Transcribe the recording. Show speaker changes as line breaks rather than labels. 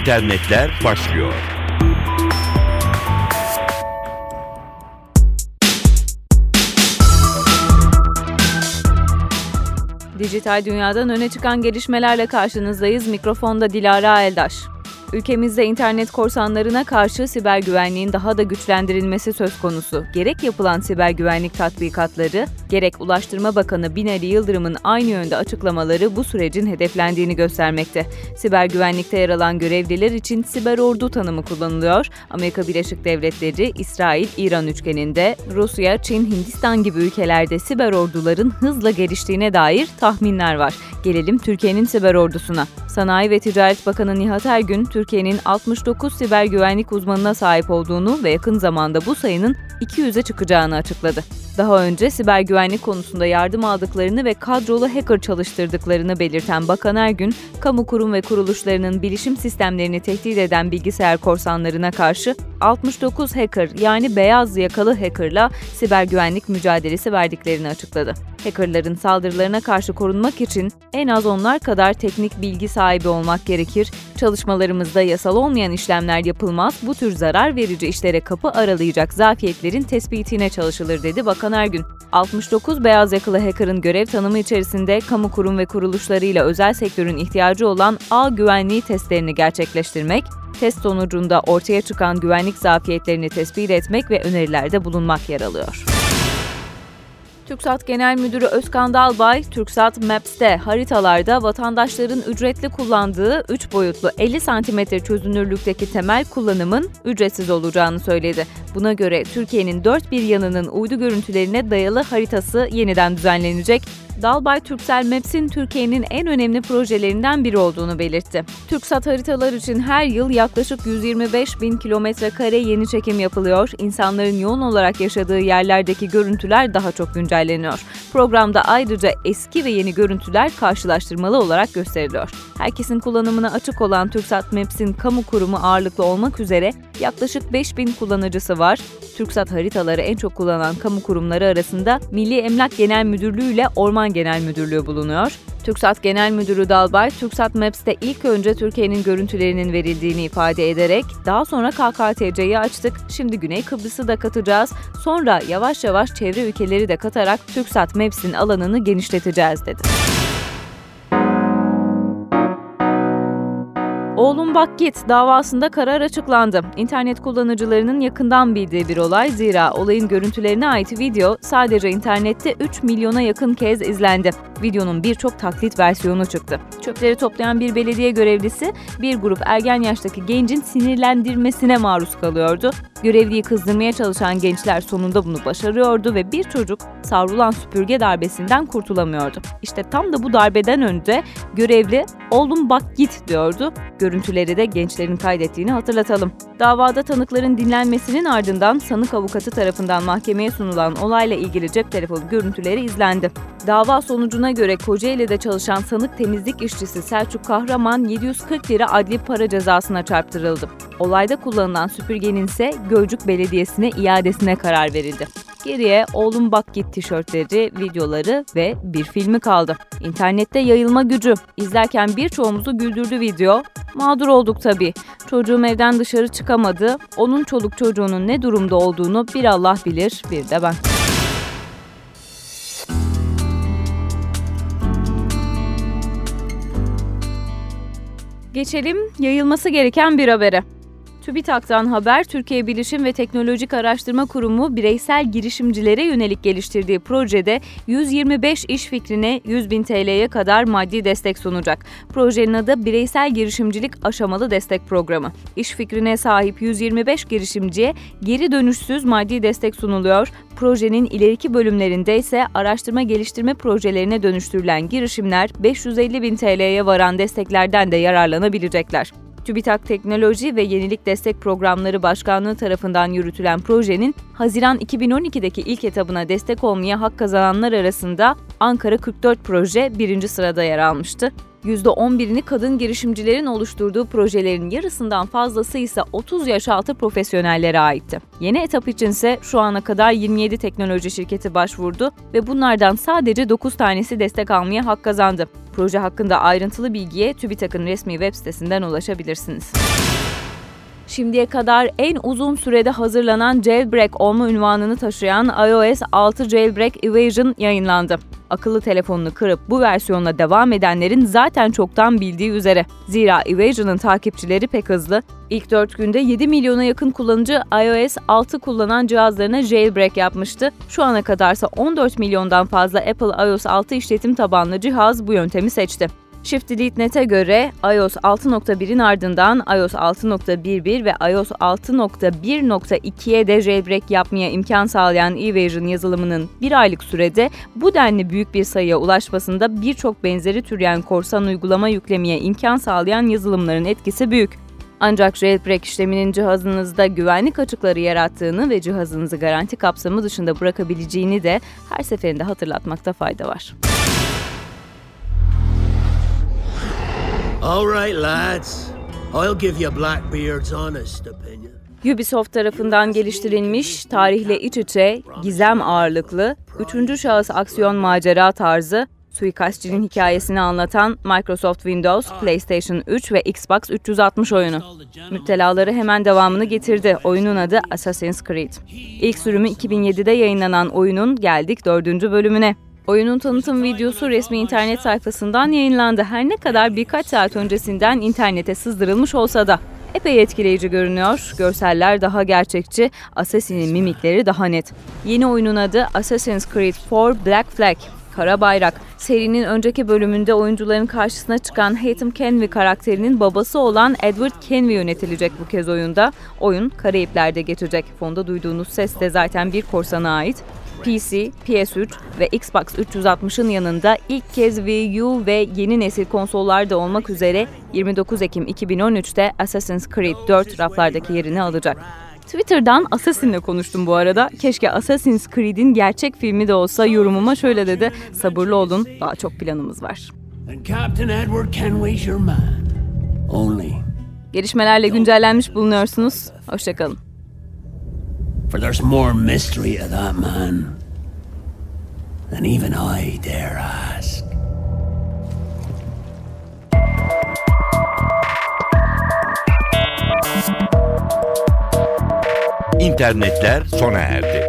internetler başlıyor.
Dijital dünyadan öne çıkan gelişmelerle karşınızdayız. Mikrofonda Dilara Eldaş. Ülkemizde internet korsanlarına karşı siber güvenliğin daha da güçlendirilmesi söz konusu. Gerek yapılan siber güvenlik tatbikatları, gerek Ulaştırma Bakanı Binali Yıldırım'ın aynı yönde açıklamaları bu sürecin hedeflendiğini göstermekte. Siber güvenlikte yer alan görevliler için siber ordu tanımı kullanılıyor. Amerika Birleşik Devletleri, İsrail, İran üçgeninde, Rusya, Çin, Hindistan gibi ülkelerde siber orduların hızla geliştiğine dair tahminler var. Gelelim Türkiye'nin siber ordusuna. Sanayi ve Ticaret Bakanı Nihat Ergün, Türkiye'nin 69 siber güvenlik uzmanına sahip olduğunu ve yakın zamanda bu sayının 200'e çıkacağını açıkladı. Daha önce siber güvenlik konusunda yardım aldıklarını ve kadrolu hacker çalıştırdıklarını belirten Bakan Ergün, kamu kurum ve kuruluşlarının bilişim sistemlerini tehdit eden bilgisayar korsanlarına karşı 69 hacker yani beyaz yakalı hackerla siber güvenlik mücadelesi verdiklerini açıkladı. Hackerların saldırılarına karşı korunmak için en az onlar kadar teknik bilgi sahibi olmak gerekir. Çalışmalarımızda yasal olmayan işlemler yapılmaz, bu tür zarar verici işlere kapı aralayacak zafiyetlerin tespitine çalışılır dedi Bakan Ergün. 69 beyaz yakalı hacker'ın görev tanımı içerisinde kamu kurum ve kuruluşlarıyla özel sektörün ihtiyacı olan ağ güvenliği testlerini gerçekleştirmek, test sonucunda ortaya çıkan güvenlik zafiyetlerini tespit etmek ve önerilerde bulunmak yer alıyor. TürkSat Genel Müdürü Özkan Dalbay, TürkSat Maps'te haritalarda vatandaşların ücretli kullandığı 3 boyutlu 50 cm çözünürlükteki temel kullanımın ücretsiz olacağını söyledi. Buna göre Türkiye'nin dört bir yanının uydu görüntülerine dayalı haritası yeniden düzenlenecek. Dalbay, Turkcell Maps'in Türkiye'nin en önemli projelerinden biri olduğunu belirtti. TürkSat haritalar için her yıl yaklaşık 125.000 kilometrekare yeni çekim yapılıyor. İnsanların yoğun olarak yaşadığı yerlerdeki görüntüler daha çok güncelleniyor. Programda ayrıca eski ve yeni görüntüler karşılaştırmalı olarak gösteriliyor. Herkesin kullanımına açık olan TürkSat Maps'in kamu kurumu ağırlıklı olmak üzere yaklaşık 5.000 kullanıcısı var. TürkSat haritaları en çok kullanan kamu kurumları arasında Milli Emlak Genel Müdürlüğü ile Orman Genel Müdürlüğü bulunuyor. TürkSat Genel Müdürü Dalbay, TürkSat Maps'te ilk önce Türkiye'nin görüntülerinin verildiğini ifade ederek daha sonra KKTC'yi açtık, şimdi Güney Kıbrıs'ı da katacağız, sonra yavaş yavaş çevre ülkeleri de katarak TürkSat Maps'in alanını genişleteceğiz dedi. Oğlum Bak Git davasında karar açıklandı. İnternet kullanıcılarının yakından bildiği bir olay, zira olayın görüntülerine ait video sadece internette 3 milyona yakın kez izlendi. Videonun birçok taklit versiyonu çıktı. Çöpleri toplayan bir belediye görevlisi bir grup ergen yaştaki gencin sinirlendirmesine maruz kalıyordu. Görevliyi kızdırmaya çalışan gençler sonunda bunu başarıyordu ve bir çocuk savrulan süpürge darbesinden kurtulamıyordu. İşte tam da bu darbeden önce görevli "Oğlum bak git" diyordu. Görüntüleri de gençlerin kaydettiğini hatırlatalım. Davada tanıkların dinlenmesinin ardından sanık avukatı tarafından mahkemeye sunulan olayla ilgili cep telefonu görüntüleri izlendi. Dava sonucuna göre Kocaeli'de çalışan sanık temizlik işçisi Selçuk Kahraman 740 lira adli para cezasına çarptırıldı. Olayda kullanılan süpürgenin ise Gölcük Belediyesi'ne iadesine karar verildi. Geriye "Oğlum Bak Git" tişörtleri, videoları ve bir filmi kaldı. İnternette yayılma gücü. İzlerken birçoğumuzu güldürdü video. Mağdur olduk tabii. Çocuğum evden dışarı çıkamadı. Onun çoluk çocuğunun ne durumda olduğunu bir Allah bilir, bir de ben. Geçelim yayılması gereken bir habere. TÜBİTAK'tan haber, Türkiye Bilişim ve Teknolojik Araştırma Kurumu bireysel girişimcilere yönelik geliştirdiği projede 125 iş fikrine 100.000 TL'ye kadar maddi destek sunacak. Projenin adı Bireysel Girişimcilik Aşamalı Destek Programı. İş fikrine sahip 125 girişimciye geri dönüşsüz maddi destek sunuluyor. Projenin ileriki bölümlerinde ise araştırma geliştirme projelerine dönüştürülen girişimler 550.000 TL'ye varan desteklerden de yararlanabilecekler. TÜBİTAK Teknoloji ve Yenilik Destek Programları Başkanlığı tarafından yürütülen projenin Haziran 2012'deki ilk etabına destek olmaya hak kazananlar arasında Ankara 44 proje birinci sırada yer almıştı. %11'ini kadın girişimcilerin oluşturduğu projelerin yarısından fazlası ise 30 yaş altı profesyonellere aitti. Yeni etap içinse şu ana kadar 27 teknoloji şirketi başvurdu ve bunlardan sadece 9 tanesi destek almaya hak kazandı. Proje hakkında ayrıntılı bilgiye TÜBİTAK'ın resmi web sitesinden ulaşabilirsiniz. Şimdiye kadar en uzun sürede hazırlanan jailbreak olma unvanını taşıyan iOS 6 Jailbreak Evasion yayınlandı. Akıllı telefonunu kırıp bu versiyonla devam edenlerin zaten çoktan bildiği üzere. Zira Evasion'ın takipçileri pek hızlı. İlk 4 günde 7 milyona yakın kullanıcı iOS 6 kullanan cihazlarına jailbreak yapmıştı. Şu ana kadarsa 14 milyondan fazla Apple iOS 6 işletim tabanlı cihaz bu yöntemi seçti. Shift-Delete.net'e göre iOS 6.1'in ardından iOS 6.11 ve iOS 6.1.2'ye de jailbreak yapmaya imkan sağlayan Evasion yazılımının bir aylık sürede bu denli büyük bir sayıya ulaşmasında birçok benzeri türeyen korsan uygulama yüklemeye imkan sağlayan yazılımların etkisi büyük. Ancak jailbreak işleminin cihazınızda güvenlik açıkları yarattığını ve cihazınızı garanti kapsamı dışında bırakabileceğini de her seferinde hatırlatmakta fayda var.
All right, lads. I'll give you Blackbeard's honest opinion.
Ubisoft tarafından geliştirilmiş, tarihle iç içe, gizem ağırlıklı, 3. şahıs aksiyon macera tarzı, suikastçinin hikayesini anlatan Microsoft Windows, PlayStation 3 ve Xbox 360 oyunu. Müptelaları hemen devamını getirdi. Oyunun adı Assassin's Creed. İlk sürümü 2007'de yayınlanan oyunun geldik 4. bölümüne. Oyunun tanıtım videosu resmi internet sayfasından yayınlandı. Her ne kadar birkaç saat öncesinden internete sızdırılmış olsa da epey etkileyici görünüyor. Görseller daha gerçekçi, Assassin'in mimikleri daha net. Yeni oyunun adı Assassin's Creed 4 Black Flag. Kara Bayrak. Serinin önceki bölümünde oyuncuların karşısına çıkan Haytham Kenway karakterinin babası olan Edward Kenway yönetilecek bu kez oyunda. Oyun Karayipler'de geçecek. Fonda duyduğunuz ses de zaten bir korsana ait. PC, PS3 ve Xbox 360'ın yanında ilk kez Wii U ve yeni nesil konsollarda olmak üzere 29 Ekim 2013'te Assassin's Creed 4 raflardaki yerini alacak. Twitter'dan Assassin'le konuştum bu arada. Keşke Assassin's Creed'in gerçek filmi de olsa yorumuma şöyle dedi. Sabırlı olun, daha çok planımız var. Gelişmelerle güncellenmiş bulunuyorsunuz. Hoşçakalın.
For there's more mystery to that man than even I dare ask.
İnternetler sona erdi.